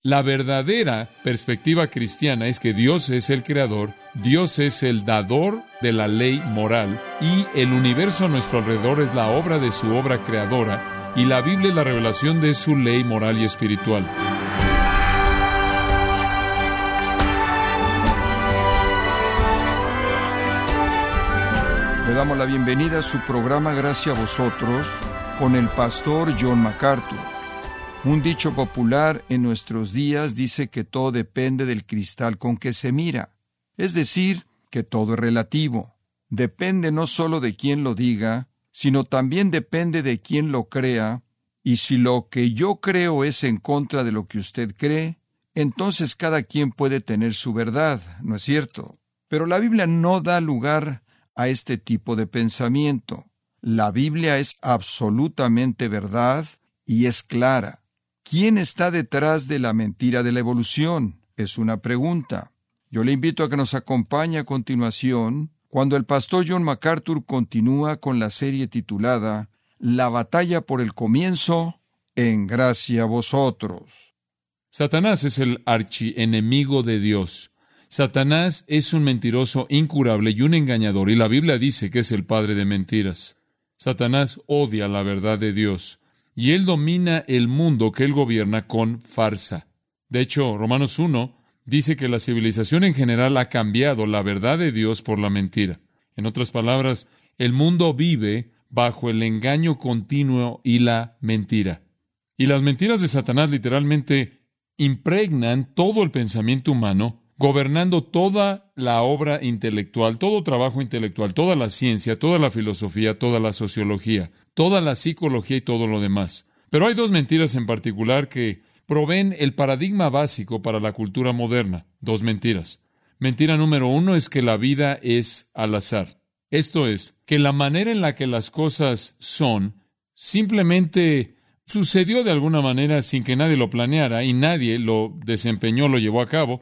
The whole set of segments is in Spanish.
La verdadera perspectiva cristiana es que Dios es el creador, Dios es el dador de la ley moral, y el universo a nuestro alrededor es la obra de su obra creadora, y la Biblia es la revelación de su ley moral y espiritual. Le damos la bienvenida a su programa Gracias a Vosotros con el pastor John MacArthur. Un dicho popular en nuestros días dice que todo depende del cristal con que se mira. Es decir, que todo es relativo. Depende no solo de quien lo diga, sino también depende de quien lo crea, y si lo que yo creo es en contra de lo que usted cree, entonces cada quien puede tener su verdad, ¿no es cierto? Pero la Biblia no da lugar a este tipo de pensamiento. La Biblia es absolutamente verdad y es clara. ¿Quién está detrás de la mentira de la evolución? Es una pregunta. Yo le invito a que nos acompañe a continuación cuando el pastor John MacArthur continúa con la serie titulada La batalla por el comienzo, en gracia a vosotros. Satanás es el archienemigo de Dios. Satanás es un mentiroso incurable y un engañador, y la Biblia dice que es el padre de mentiras. Satanás odia la verdad de Dios, y él domina el mundo que él gobierna con farsa. De hecho, Romanos 1 dice que la civilización en general ha cambiado la verdad de Dios por la mentira. En otras palabras, el mundo vive bajo el engaño continuo y la mentira. Y las mentiras de Satanás literalmente impregnan todo el pensamiento humano, gobernando toda la obra intelectual, todo trabajo intelectual, toda la ciencia, toda la filosofía, toda la sociología, toda la psicología y todo lo demás. Pero hay dos mentiras en particular que proveen el paradigma básico para la cultura moderna. Dos mentiras. Mentira número 1 es que la vida es al azar. Esto es, que la manera en la que las cosas son simplemente sucedió de alguna manera sin que nadie lo planeara y nadie lo desempeñó, lo llevó a cabo.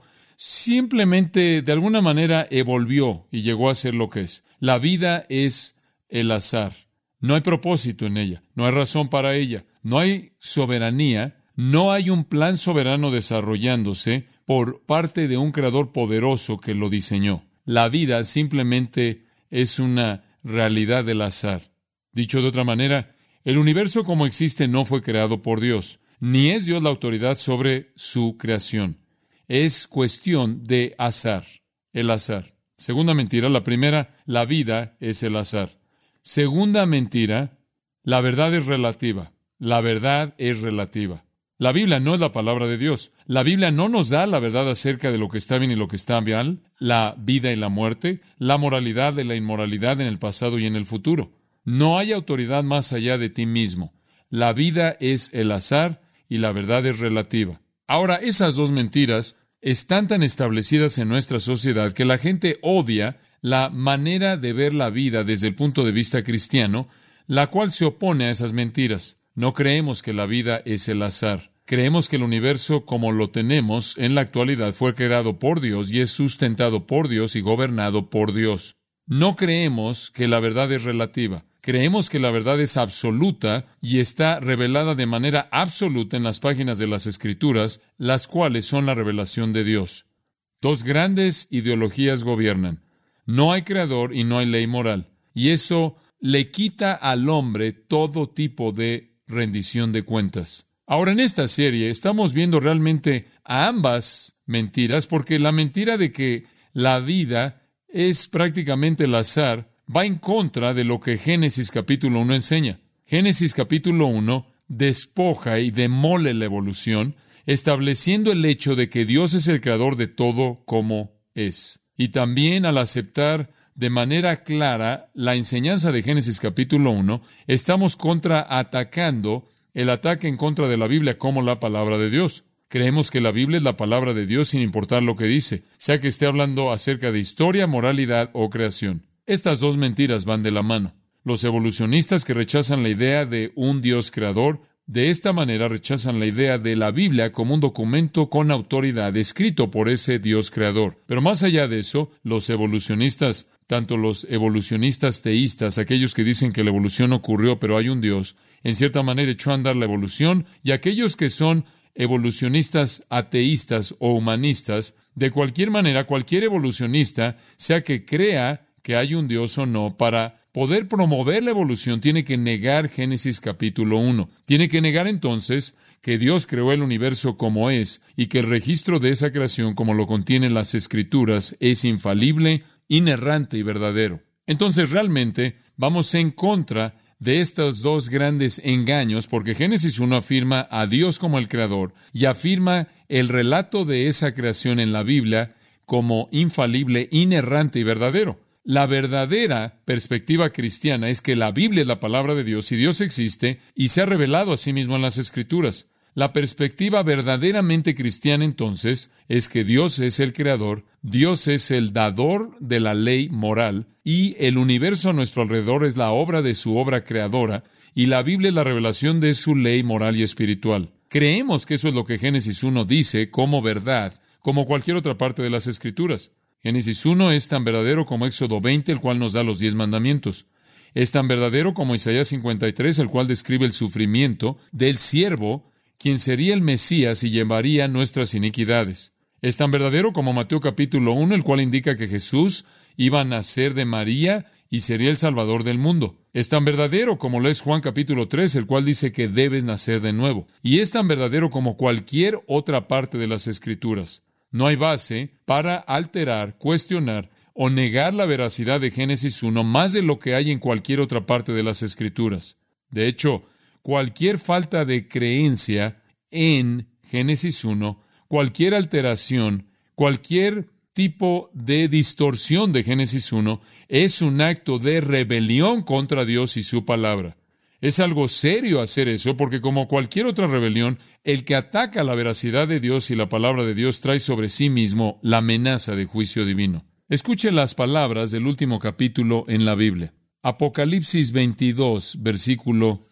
Simplemente de alguna manera evolvió y llegó a ser lo que es. La vida es el azar. No hay propósito en ella, no hay razón para ella, no hay soberanía, no hay un plan soberano desarrollándose por parte de un creador poderoso que lo diseñó. La vida simplemente es una realidad del azar. Dicho de otra manera, el universo como existe no fue creado por Dios, ni es Dios la autoridad sobre su creación. Es cuestión de azar, el azar. Segunda mentira, la primera, la vida es el azar. Segunda mentira, la verdad es relativa. La verdad es relativa. La Biblia no es la palabra de Dios. La Biblia no nos da la verdad acerca de lo que está bien y lo que está mal, la vida y la muerte, la moralidad y la inmoralidad en el pasado y en el futuro. No hay autoridad más allá de ti mismo. La vida es el azar y la verdad es relativa. Ahora, esas dos mentiras están tan establecidas en nuestra sociedad que la gente odia la manera de ver la vida desde el punto de vista cristiano, la cual se opone a esas mentiras. No creemos que la vida es el azar. Creemos que el universo como lo tenemos en la actualidad fue creado por Dios y es sustentado por Dios y gobernado por Dios. No creemos que la verdad es relativa. Creemos que la verdad es absoluta y está revelada de manera absoluta en las páginas de las Escrituras, las cuales son la revelación de Dios. Dos grandes ideologías gobiernan. No hay creador y no hay ley moral. Y eso le quita al hombre todo tipo de rendición de cuentas. Ahora, en esta serie estamos viendo realmente a ambas mentiras, porque la mentira de que la vida es prácticamente el azar va en contra de lo que Génesis capítulo 1 enseña. Génesis capítulo 1 despoja y demole la evolución, estableciendo el hecho de que Dios es el creador de todo como es. Y también al aceptar de manera clara la enseñanza de Génesis capítulo 1, estamos contraatacando el ataque en contra de la Biblia como la palabra de Dios. Creemos que la Biblia es la palabra de Dios sin importar lo que dice, sea que esté hablando acerca de historia, moralidad o creación. Estas dos mentiras van de la mano. Los evolucionistas que rechazan la idea de un Dios creador, de esta manera rechazan la idea de la Biblia como un documento con autoridad escrito por ese Dios creador. Pero más allá de eso, los evolucionistas, tanto los evolucionistas teístas, aquellos que dicen que la evolución ocurrió pero hay un Dios, en cierta manera echó a andar la evolución, y aquellos que son evolucionistas ateístas o humanistas. De cualquier manera, cualquier evolucionista, sea que crea que hay un Dios o no, para poder promover la evolución, tiene que negar Génesis capítulo 1. Tiene que negar entonces que Dios creó el universo como es y que el registro de esa creación, como lo contienen las Escrituras, es infalible, inerrante y verdadero. Entonces, realmente, vamos en contra de estos dos grandes engaños, porque Génesis 1 afirma a Dios como el Creador y afirma el relato de esa creación en la Biblia como infalible, inerrante y verdadero. La verdadera perspectiva cristiana es que la Biblia es la palabra de Dios y Dios existe y se ha revelado a sí mismo en las Escrituras. La perspectiva verdaderamente cristiana, entonces, es que Dios es el Creador, Dios es el dador de la ley moral, y el universo a nuestro alrededor es la obra de su obra creadora, y la Biblia es la revelación de su ley moral y espiritual. Creemos que eso es lo que Génesis 1 dice como verdad, como cualquier otra parte de las Escrituras. Génesis 1 es tan verdadero como Éxodo 20, el cual nos da los 10 mandamientos. Es tan verdadero como Isaías 53, el cual describe el sufrimiento del siervo, quien sería el Mesías y llevaría nuestras iniquidades. Es tan verdadero como Mateo capítulo 1, el cual indica que Jesús iba a nacer de María y sería el Salvador del mundo. Es tan verdadero como lo es Juan capítulo 3, el cual dice que debes nacer de nuevo. Y es tan verdadero como cualquier otra parte de las Escrituras. No hay base para alterar, cuestionar o negar la veracidad de Génesis 1 más de lo que hay en cualquier otra parte de las Escrituras. De hecho, cualquier falta de creencia en Génesis 1, cualquier alteración, cualquier tipo de distorsión de Génesis 1 es un acto de rebelión contra Dios y su palabra. Es algo serio hacer eso, porque como cualquier otra rebelión, el que ataca la veracidad de Dios y la palabra de Dios trae sobre sí mismo la amenaza de juicio divino. Escuche las palabras del último capítulo en la Biblia. Apocalipsis 22, versículo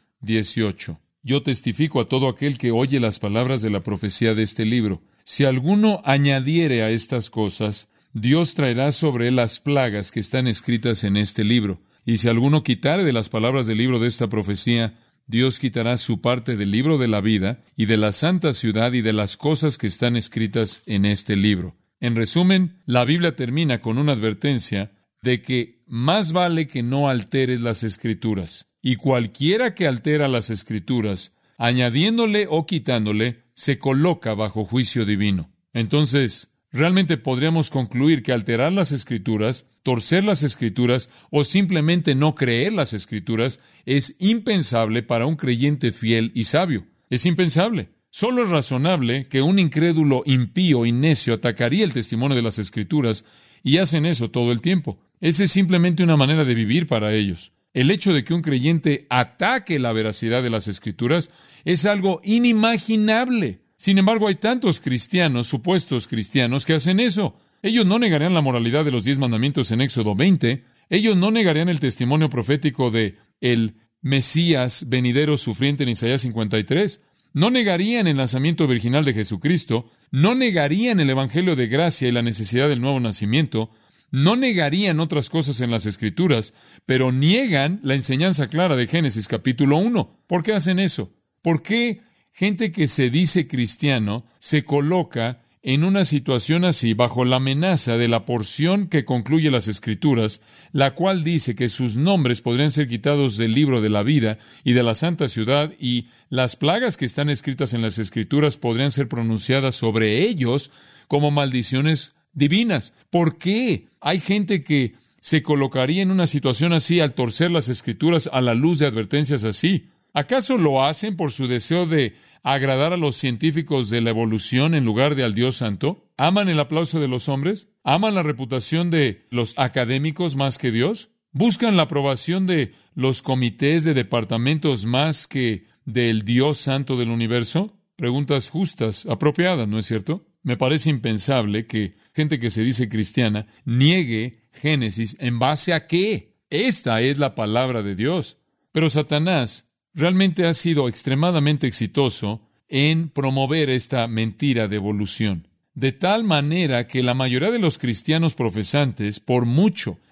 18. Yo testifico a todo aquel que oye las palabras de la profecía de este libro. Si alguno añadiere a estas cosas, Dios traerá sobre él las plagas que están escritas en este libro. Y si alguno quitare de las palabras del libro de esta profecía, Dios quitará su parte del libro de la vida y de la santa ciudad y de las cosas que están escritas en este libro. En resumen, la Biblia termina con una advertencia de que más vale que no alteres las Escrituras. Y cualquiera que altera las Escrituras, añadiéndole o quitándole, se coloca bajo juicio divino. Entonces, realmente podríamos concluir que alterar las Escrituras, torcer las Escrituras o simplemente no creer las Escrituras es impensable para un creyente fiel y sabio. Es impensable. Solo es razonable que un incrédulo impío y necio atacaría el testimonio de las Escrituras y hacen eso todo el tiempo. Esa es simplemente una manera de vivir para ellos. El hecho de que un creyente ataque la veracidad de las Escrituras es algo inimaginable. Sin embargo, hay tantos cristianos, supuestos cristianos, que hacen eso. Ellos no negarían la moralidad de los 10 mandamientos en Éxodo 20. Ellos no negarían el testimonio profético de el Mesías venidero sufriente en Isaías 53. No negarían el nacimiento virginal de Jesucristo. No negarían el Evangelio de gracia y la necesidad del nuevo nacimiento. No negarían otras cosas en las Escrituras, pero niegan la enseñanza clara de Génesis capítulo 1. ¿Por qué hacen eso? ¿Por qué gente que se dice cristiano se coloca en una situación así bajo la amenaza de la porción que concluye las Escrituras, la cual dice que sus nombres podrían ser quitados del libro de la vida y de la santa ciudad, y las plagas que están escritas en las Escrituras podrían ser pronunciadas sobre ellos como maldiciones divinas? ¿Por qué hay gente que se colocaría en una situación así al torcer las Escrituras a la luz de advertencias así? ¿Acaso lo hacen por su deseo de agradar a los científicos de la evolución en lugar de al Dios Santo? ¿Aman el aplauso de los hombres? ¿Aman la reputación de los académicos más que Dios? ¿Buscan la aprobación de los comités de departamentos más que del Dios Santo del universo? Preguntas justas, apropiadas, ¿no es cierto? Me parece impensable que gente que se dice cristiana niegue Génesis en base a qué. Esta es la palabra de Dios. Pero Satanás realmente ha sido extremadamente exitoso en promover esta mentira de evolución. De tal manera que la mayoría de los cristianos profesantes, por mucho,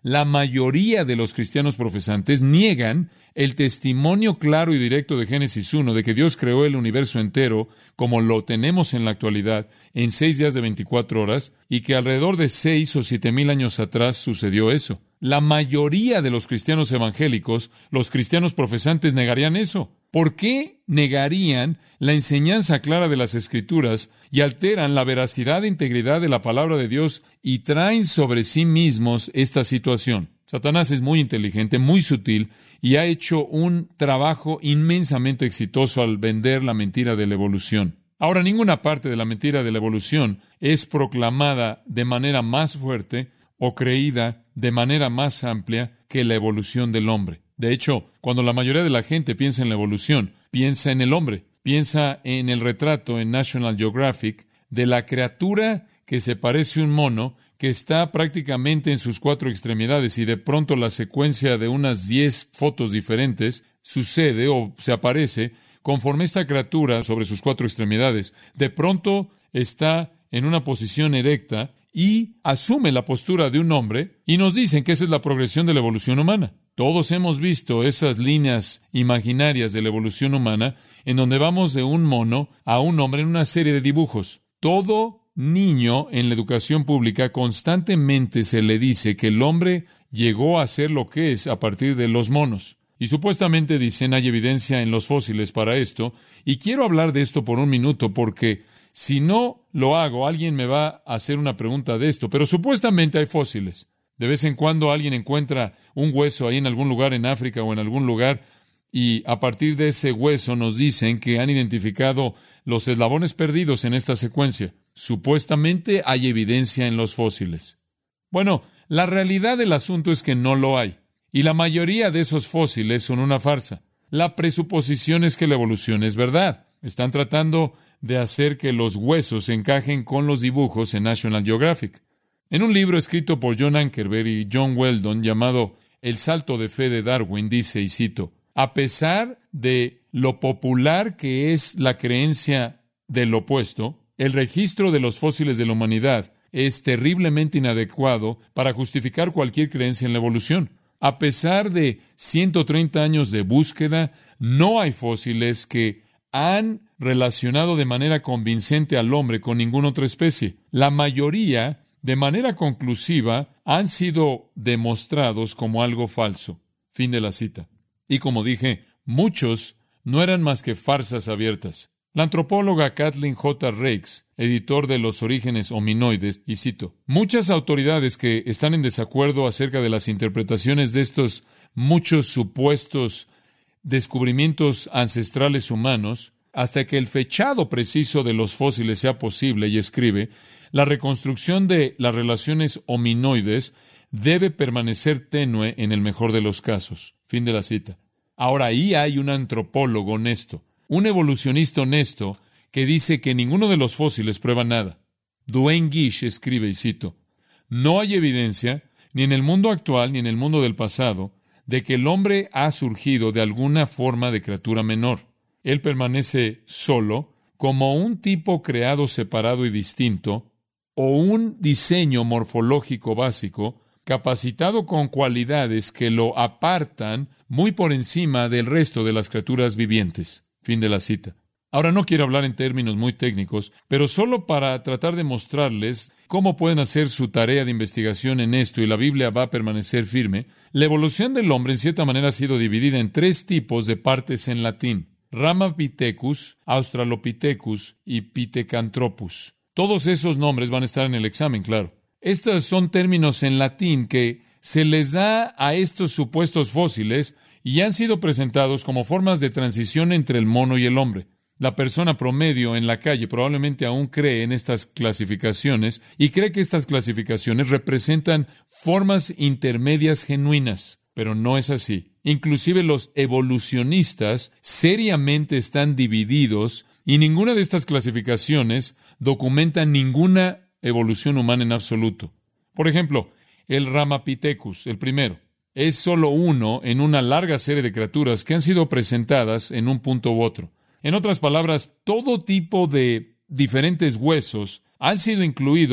la mayoría de los cristianos profesantes niegan el testimonio claro y directo de Génesis 1 de que Dios creó el universo entero como lo tenemos en la actualidad en 6 días de 24 horas y que alrededor de 6 o 7 mil años atrás sucedió eso. La mayoría de los cristianos evangélicos, los cristianos profesantes, negarían eso. ¿Por qué negarían la enseñanza clara de las Escrituras y alteran la veracidad e integridad de la palabra de Dios y traen sobre sí mismos esta situación? Satanás es muy inteligente, muy sutil y ha hecho un trabajo inmensamente exitoso al vender la mentira de la evolución. Ahora, ninguna parte de la mentira de la evolución es proclamada de manera más fuerte o creída de manera más amplia que la evolución del hombre. De hecho, cuando la mayoría de la gente piensa en la evolución, piensa en el hombre, piensa en el retrato en National Geographic de la criatura que se parece a un mono, que está prácticamente en sus 4 extremidades y de pronto la secuencia de unas 10 fotos diferentes sucede o se aparece conforme esta criatura sobre sus 4 extremidades. De pronto está en una posición erecta y asume la postura de un hombre y nos dicen que esa es la progresión de la evolución humana. Todos hemos visto esas líneas imaginarias de la evolución humana en donde vamos de un mono a un hombre en una serie de dibujos. Todo niño en la educación pública constantemente se le dice que el hombre llegó a ser lo que es a partir de los monos. Y supuestamente dicen hay evidencia en los fósiles para esto. Y quiero hablar de esto por un minuto porque si no lo hago, alguien me va a hacer una pregunta de esto. Pero supuestamente hay fósiles. De vez en cuando alguien encuentra un hueso ahí en algún lugar en África o en algún lugar y a partir de ese hueso nos dicen que han identificado los eslabones perdidos en esta secuencia. Supuestamente hay evidencia en los fósiles. Bueno, la realidad del asunto es que no lo hay. Y la mayoría de esos fósiles son una farsa. La presuposición es que la evolución es verdad. Están tratando de hacer que los huesos encajen con los dibujos en National Geographic. En un libro escrito por John Ankerberg y John Weldon llamado El salto de fe de Darwin, dice, y cito, a pesar de lo popular que es la creencia del opuesto, el registro de los fósiles de la humanidad es terriblemente inadecuado para justificar cualquier creencia en la evolución. A pesar de 130 años de búsqueda, no hay fósiles que han relacionado de manera convincente al hombre con ninguna otra especie. La mayoría, de manera conclusiva, han sido demostrados como algo falso. Fin de la cita. Y como dije, muchos no eran más que farsas abiertas. La antropóloga Kathleen J. Rakes, editor de Los orígenes hominoides, y cito, muchas autoridades que están en desacuerdo acerca de las interpretaciones de estos muchos supuestos descubrimientos ancestrales humanos, hasta que el fechado preciso de los fósiles sea posible, y escribe, la reconstrucción de las relaciones hominoides debe permanecer tenue en el mejor de los casos. Fin de la cita. Ahora, ahí hay un antropólogo honesto, un evolucionista honesto que dice que ninguno de los fósiles prueba nada. Duane Gish escribe, y cito, no hay evidencia, ni en el mundo actual ni en el mundo del pasado, de que el hombre ha surgido de alguna forma de criatura menor. Él permanece solo, como un tipo creado separado y distinto, o un diseño morfológico básico, capacitado con cualidades que lo apartan muy por encima del resto de las criaturas vivientes. Fin de la cita. Ahora no quiero hablar en términos muy técnicos, pero solo para tratar de mostrarles cómo pueden hacer su tarea de investigación en esto y la Biblia va a permanecer firme. La evolución del hombre en cierta manera ha sido dividida en 3 tipos de partes en latín: Ramapithecus, Australopithecus y Pithecanthropus. Todos esos nombres van a estar en el examen, claro. Estos son términos en latín que se les da a estos supuestos fósiles y han sido presentados como formas de transición entre el mono y el hombre. La persona promedio en la calle probablemente aún cree en estas clasificaciones y cree que estas clasificaciones representan formas intermedias genuinas, pero no es así. Inclusive los evolucionistas seriamente están divididos y ninguna de estas clasificaciones documenta ninguna evolución humana en absoluto. Por ejemplo, el Ramapithecus, el primero, es solo uno en una larga serie de criaturas que han sido presentadas en un punto u otro. En otras palabras, todo tipo de diferentes huesos han sido incluidos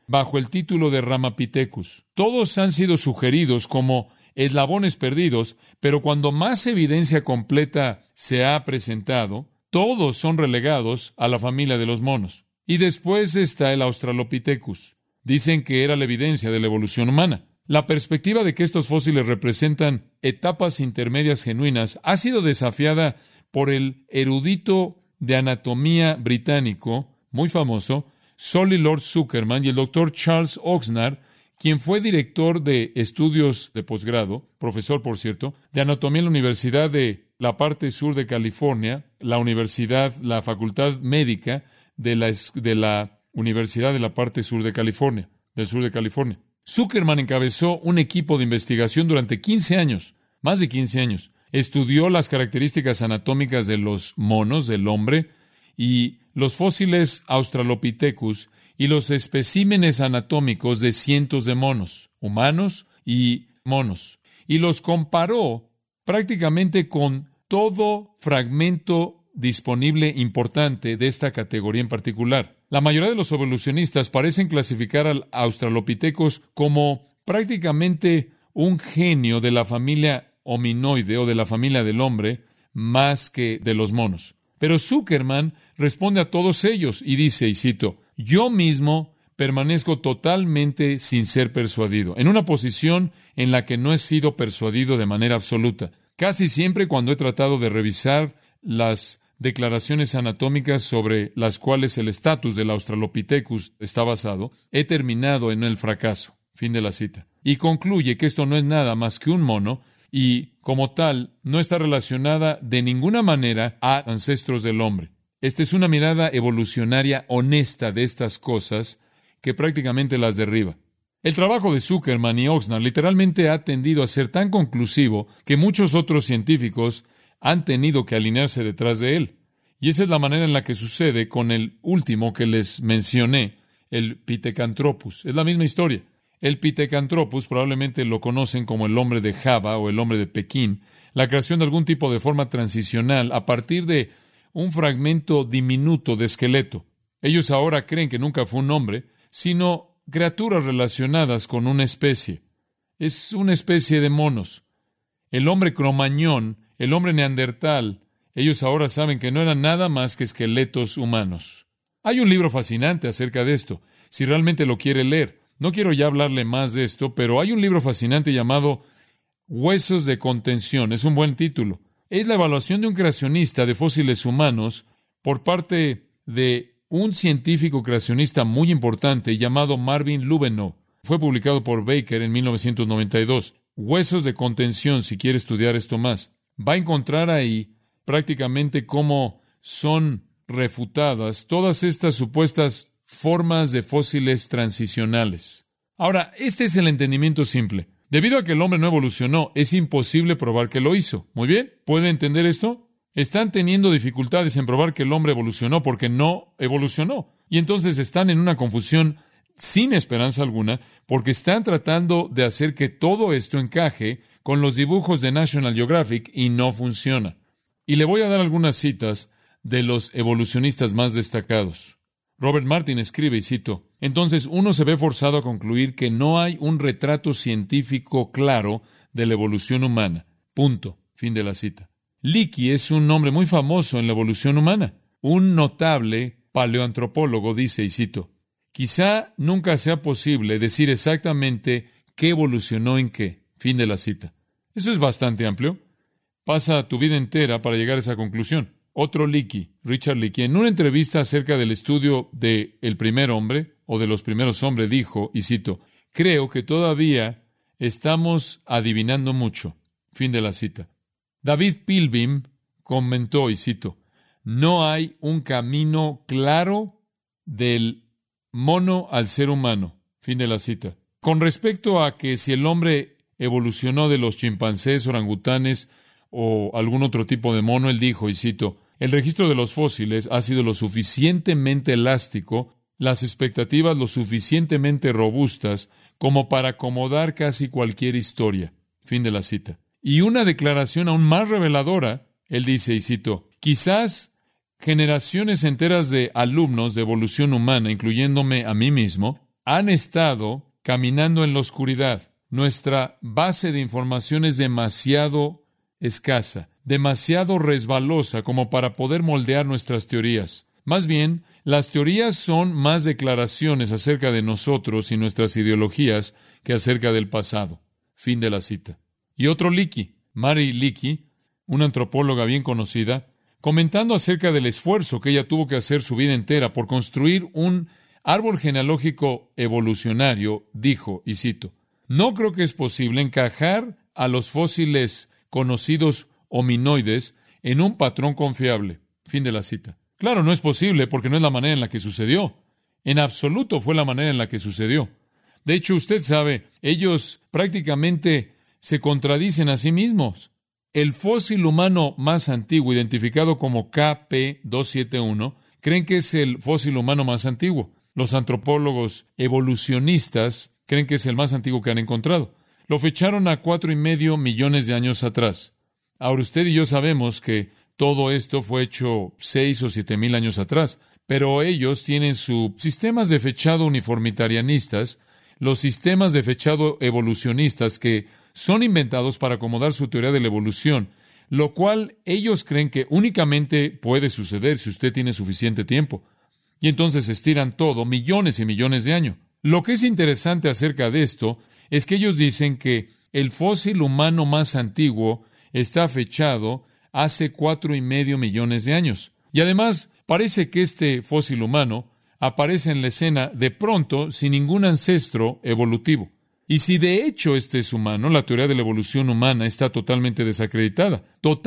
bajo el título de Ramapithecus. Todos han sido sugeridos como eslabones perdidos, pero cuando más evidencia completa se ha presentado, todos son relegados a la familia de los monos. Y después está el Australopithecus. Dicen que era la evidencia de la evolución humana. La perspectiva de que estos fósiles representan etapas intermedias genuinas ha sido desafiada por el erudito de anatomía británico, muy famoso, Solly Lord Zuckerman, y el doctor Charles Oxnard, quien fue director de estudios de posgrado, profesor, por cierto, de anatomía en la Universidad de la parte sur de California, la Facultad Médica de la Universidad de la parte sur de California, del sur de California. Zuckerman encabezó un equipo de investigación durante 15 años, más de 15 años. Estudió las características anatómicas de los monos, del hombre, y los fósiles Australopithecus y los especímenes anatómicos de cientos de monos, humanos y monos, y los comparó prácticamente con todo fragmento disponible importante de esta categoría en particular. La mayoría de los evolucionistas parecen clasificar al Australopithecus como prácticamente un genio de la familia hominoide o de la familia del hombre más que de los monos. Pero Zuckerman responde a todos ellos y dice, y cito, yo mismo permanezco totalmente sin ser persuadido, en una posición en la que no he sido persuadido de manera absoluta. Casi siempre cuando he tratado de revisar las declaraciones anatómicas sobre las cuales el estatus del Australopithecus está basado, he terminado en el fracaso. Fin de la cita. Y concluye que esto no es nada más que un mono y, como tal, no está relacionada de ninguna manera a ancestros del hombre. Esta es una mirada evolucionaria honesta de estas cosas que prácticamente las derriba. El trabajo de Zuckerman y Oxnard literalmente ha tendido a ser tan conclusivo que muchos otros científicos han tenido que alinearse detrás de él. Y esa es la manera en la que sucede con el último que les mencioné, el Pithecanthropus. Es la misma historia. El Pithecanthropus probablemente lo conocen como el hombre de Java o el hombre de Pekín, la creación de algún tipo de forma transicional a partir de un fragmento diminuto de esqueleto. Ellos ahora creen que nunca fue un hombre, sino criaturas relacionadas con una especie. Es una especie de monos. El hombre cromañón, el hombre neandertal, ellos ahora saben que no eran nada más que esqueletos humanos. Hay un libro fascinante acerca de esto, si realmente lo quiere leer. No quiero ya hablarle más de esto, pero hay un libro fascinante llamado Huesos de contención. Es un buen título. Es la evaluación de un creacionista de fósiles humanos por parte de un científico creacionista muy importante llamado Marvin Lubenow. Fue publicado por Baker en 1992. Huesos de contención, si quiere estudiar esto más. Va a encontrar ahí prácticamente cómo son refutadas todas estas supuestas formas de fósiles transicionales. Ahora, este es el entendimiento simple. Debido a que el hombre no evolucionó, es imposible probar que lo hizo. ¿Muy bien? ¿Puede entender esto? Están teniendo dificultades en probar que el hombre evolucionó porque no evolucionó. Y entonces están en una confusión sin esperanza alguna porque están tratando de hacer que todo esto encaje con los dibujos de National Geographic y no funciona. Y le voy a dar algunas citas de los evolucionistas más destacados. Robert Martin escribe, y cito, entonces uno se ve forzado a concluir que no hay un retrato científico claro de la evolución humana. Punto. Fin de la cita. Leakey es un nombre muy famoso en la evolución humana. Un notable paleoantropólogo dice, y cito, quizá nunca sea posible decir exactamente qué evolucionó en qué. Fin de la cita. Eso es bastante amplio. Pasa tu vida entera para llegar a esa conclusión. Otro Leakey, Richard Leakey, en una entrevista acerca del estudio de el primer hombre o de los primeros hombres, dijo, y cito, creo que todavía estamos adivinando mucho. Fin de la cita. David Pilbeam comentó, y cito, no hay un camino claro del mono al ser humano. Fin de la cita. Con respecto a que si el hombre evolucionó de los chimpancés, orangutanes o algún otro tipo de mono, él dijo, y cito, el registro de los fósiles ha sido lo suficientemente elástico, las expectativas lo suficientemente robustas como para acomodar casi cualquier historia. Fin de la cita. Y una declaración aún más reveladora, él dice, y cito, quizás generaciones enteras de alumnos de evolución humana, incluyéndome a mí mismo, han estado caminando en la oscuridad. Nuestra base de información es demasiado escasa, demasiado resbalosa como para poder moldear nuestras teorías. Más bien, las teorías son más declaraciones acerca de nosotros y nuestras ideologías que acerca del pasado. Fin de la cita. Y otro Leakey, Mary Leakey, una antropóloga bien conocida, comentando acerca del esfuerzo que ella tuvo que hacer su vida entera por construir un árbol genealógico evolucionario, dijo, y cito, «No creo que es posible encajar a los fósiles conocidos hominoides en un patrón confiable». Fin de la cita. Claro, no es posible porque no es la manera en la que sucedió. En absoluto fue la manera en la que sucedió. De hecho, usted sabe, ellos prácticamente se contradicen a sí mismos. El fósil humano más antiguo, identificado como KP271, creen que es el fósil humano más antiguo. Los antropólogos evolucionistas creen que es el más antiguo que han encontrado. Lo fecharon a 4,5 millones de años atrás. Ahora usted y yo sabemos que todo esto fue hecho 6 o 7 mil años atrás, pero ellos tienen sus sistemas de fechado uniformitarianistas, los sistemas de fechado evolucionistas que son inventados para acomodar su teoría de la evolución, lo cual ellos creen que únicamente puede suceder si usted tiene suficiente tiempo. Y entonces estiran todo millones y millones de años. Lo que es interesante acerca de esto es que ellos dicen que el fósil humano más antiguo está fechado hace 4,5 millones de años. Y además, parece que este fósil humano aparece en la escena de pronto sin ningún ancestro evolutivo. Y si de hecho este es humano, la teoría de la evolución humana está totalmente desacreditada,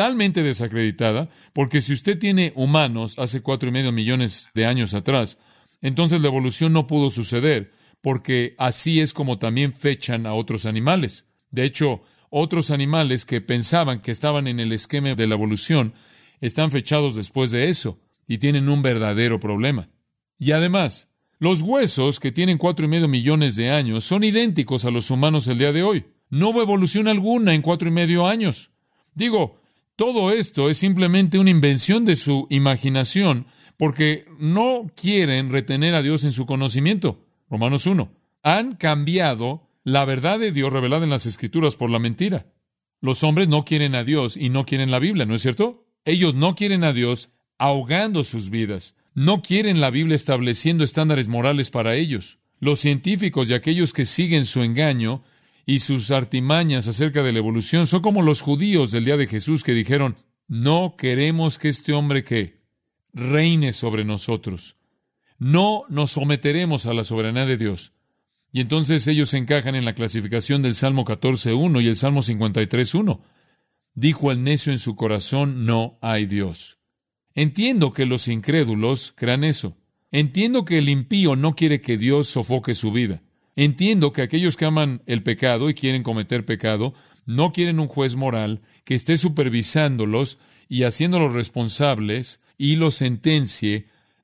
porque si usted tiene humanos hace 4,5 millones de años atrás, entonces la evolución no pudo suceder, porque así es como también fechan a otros animales. De hecho, otros animales que pensaban que estaban en el esquema de la evolución están fechados después de eso y tienen un verdadero problema. Y además, los huesos que tienen 4,5 millones de años son idénticos a los humanos el día de hoy. No hubo evolución alguna en 4,5 años. Digo, todo esto es simplemente una invención de su imaginación porque no quieren retener a Dios en su conocimiento. Romanos 1. Han cambiado la verdad de Dios revelada en las Escrituras por la mentira. Los hombres no quieren a Dios y no quieren la Biblia, ¿no es cierto? Ellos no quieren a Dios ahogando sus vidas. No quieren la Biblia estableciendo estándares morales para ellos. Los científicos y aquellos que siguen su engaño y sus artimañas acerca de la evolución son como los judíos del día de Jesús que dijeron, no queremos que este hombre que reine sobre nosotros. No nos someteremos a la soberanía de Dios. Y entonces ellos se encajan en la clasificación del Salmo 14.1 y el Salmo 53.1. Dijo el necio en su corazón, no hay Dios. Entiendo que los incrédulos crean eso. Entiendo que el impío no quiere que Dios sofoque su vida. Entiendo que aquellos que aman el pecado y quieren cometer pecado, no quieren un juez moral que esté supervisándolos y haciéndolos responsables y los sentencie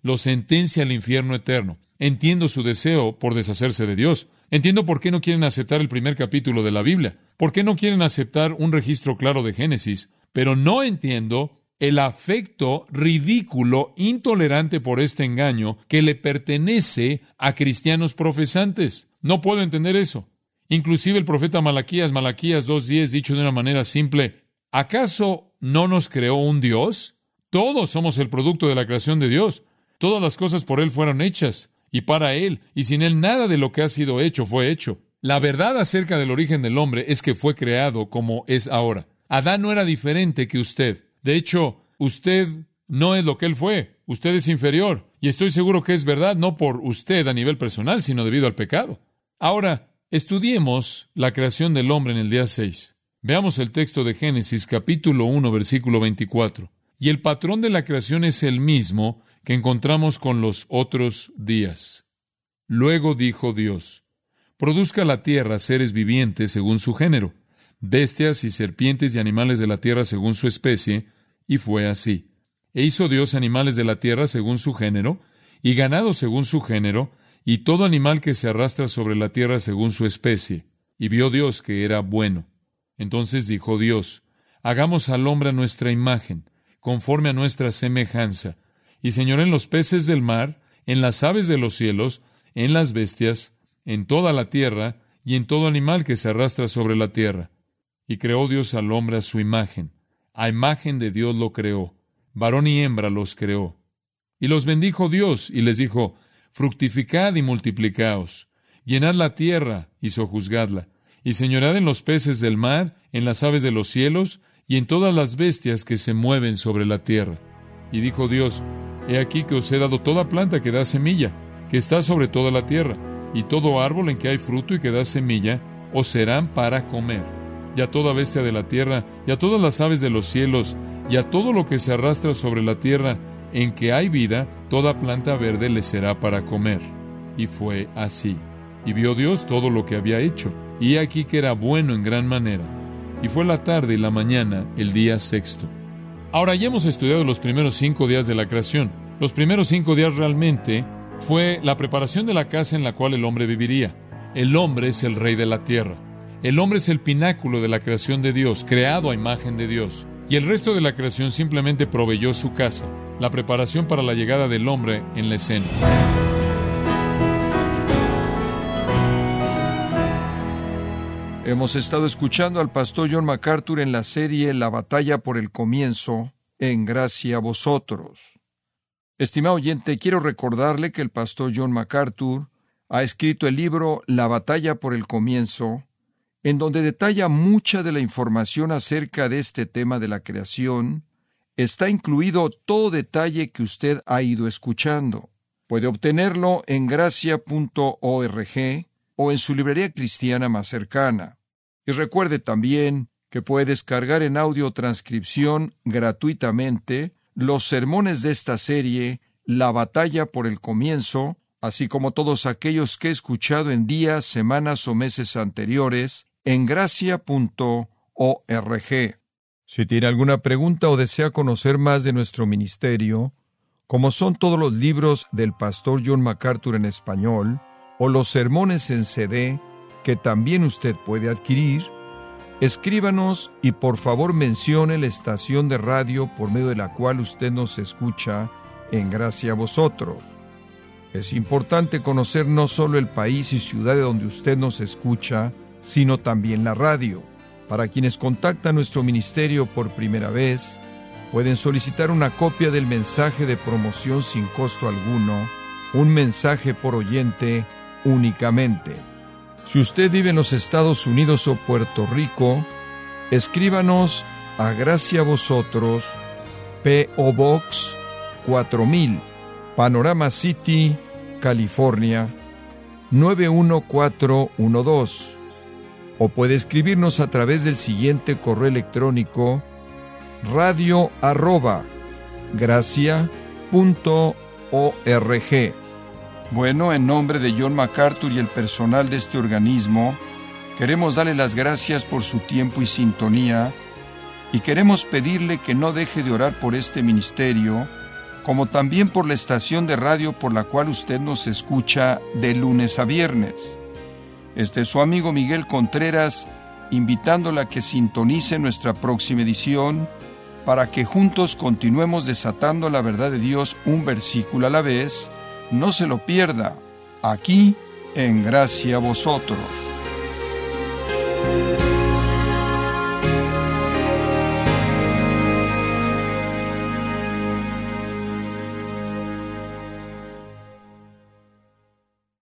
al infierno eterno. Entiendo su deseo por deshacerse de Dios. Entiendo por qué no quieren aceptar el primer capítulo de la Biblia. Por qué no quieren aceptar un registro claro de Génesis. Pero no entiendo el afecto ridículo, intolerante por este engaño que le pertenece a cristianos profesantes. No puedo entender eso. Inclusive el profeta Malaquías 2:10, dicho de una manera simple, ¿acaso no nos creó un Dios? Todos somos el producto de la creación de Dios. Todas las cosas por Él fueron hechas, y para Él, y sin Él nada de lo que ha sido hecho fue hecho. La verdad acerca del origen del hombre es que fue creado como es ahora. Adán no era diferente que usted. De hecho, usted no es lo que él fue. Usted es inferior. Y estoy seguro que es verdad, no por usted a nivel personal, sino debido al pecado. Ahora, estudiemos la creación del hombre en el día 6. Veamos el texto de Génesis, capítulo 1, versículo 24. Y el patrón de la creación es el mismo que encontramos con los otros días. Luego dijo Dios, produzca la tierra seres vivientes según su género, bestias y serpientes y animales de la tierra según su especie, y fue así. E hizo Dios animales de la tierra según su género, y ganado según su género, y todo animal que se arrastra sobre la tierra según su especie. Y vio Dios que era bueno. Entonces dijo Dios, hagamos al hombre a nuestra imagen, conforme a nuestra semejanza, y señoreen los peces del mar, en las aves de los cielos, en las bestias, en toda la tierra y en todo animal que se arrastra sobre la tierra. Y creó Dios al hombre a su imagen. A imagen de Dios lo creó. Varón y hembra los creó. Y los bendijo Dios y les dijo: fructificad y multiplicaos, llenad la tierra y sojuzgadla, y señorad en los peces del mar, en las aves de los cielos, y en todas las bestias que se mueven sobre la tierra. Y dijo Dios: he aquí que os he dado toda planta que da semilla, que está sobre toda la tierra, y todo árbol en que hay fruto y que da semilla, os serán para comer. Y a toda bestia de la tierra, y a todas las aves de los cielos, y a todo lo que se arrastra sobre la tierra, en que hay vida, toda planta verde les será para comer. Y fue así. Y vio Dios todo lo que había hecho, y he aquí que era bueno en gran manera. Y fue la tarde y la mañana, el día sexto. Ahora ya hemos estudiado los primeros 5 días de la creación. Los primeros 5 días realmente fue la preparación de la casa en la cual el hombre viviría. El hombre es el rey de la tierra. El hombre es el pináculo de la creación de Dios, creado a imagen de Dios. Y el resto de la creación simplemente proveyó su casa, la preparación para la llegada del hombre en la escena. Hemos estado escuchando al pastor John MacArthur en la serie La batalla por el comienzo, en gracia a vosotros. Estimado oyente, quiero recordarle que el pastor John MacArthur ha escrito el libro La batalla por el comienzo, en donde detalla mucha de la información acerca de este tema de la creación. Está incluido todo detalle que usted ha ido escuchando. Puede obtenerlo en gracia.org o en su librería cristiana más cercana. Y recuerde también que puede descargar en audio o transcripción gratuitamente los sermones de esta serie, La batalla por el comienzo, así como todos aquellos que he escuchado en días, semanas o meses anteriores, en gracia.org. Si tiene alguna pregunta o desea conocer más de nuestro ministerio, como son todos los libros del pastor John MacArthur en español, o los sermones en CD, que también usted puede adquirir, escríbanos y por favor mencione la estación de radio por medio de la cual usted nos escucha en Gracia a Vosotros. Es importante conocer no solo el país y ciudad de donde usted nos escucha, sino también la radio. Para quienes contactan nuestro ministerio por primera vez, pueden solicitar una copia del mensaje de promoción sin costo alguno, un mensaje por oyente únicamente. Si usted vive en los Estados Unidos o Puerto Rico, escríbanos a Gracia a Vosotros, P.O. Box 4000, Panorama City, California, 91412. O puede escribirnos a través del siguiente correo electrónico: radio@gracia.org. Bueno, en nombre de John MacArthur y el personal de este organismo, queremos darle las gracias por su tiempo y sintonía, y queremos pedirle que no deje de orar por este ministerio, como también por la estación de radio por la cual usted nos escucha de lunes a viernes. Este es su amigo Miguel Contreras, invitándola a que sintonice nuestra próxima edición para que juntos continuemos desatando la verdad de Dios un versículo a la vez. No se lo pierda, aquí en Gracia a Vosotros.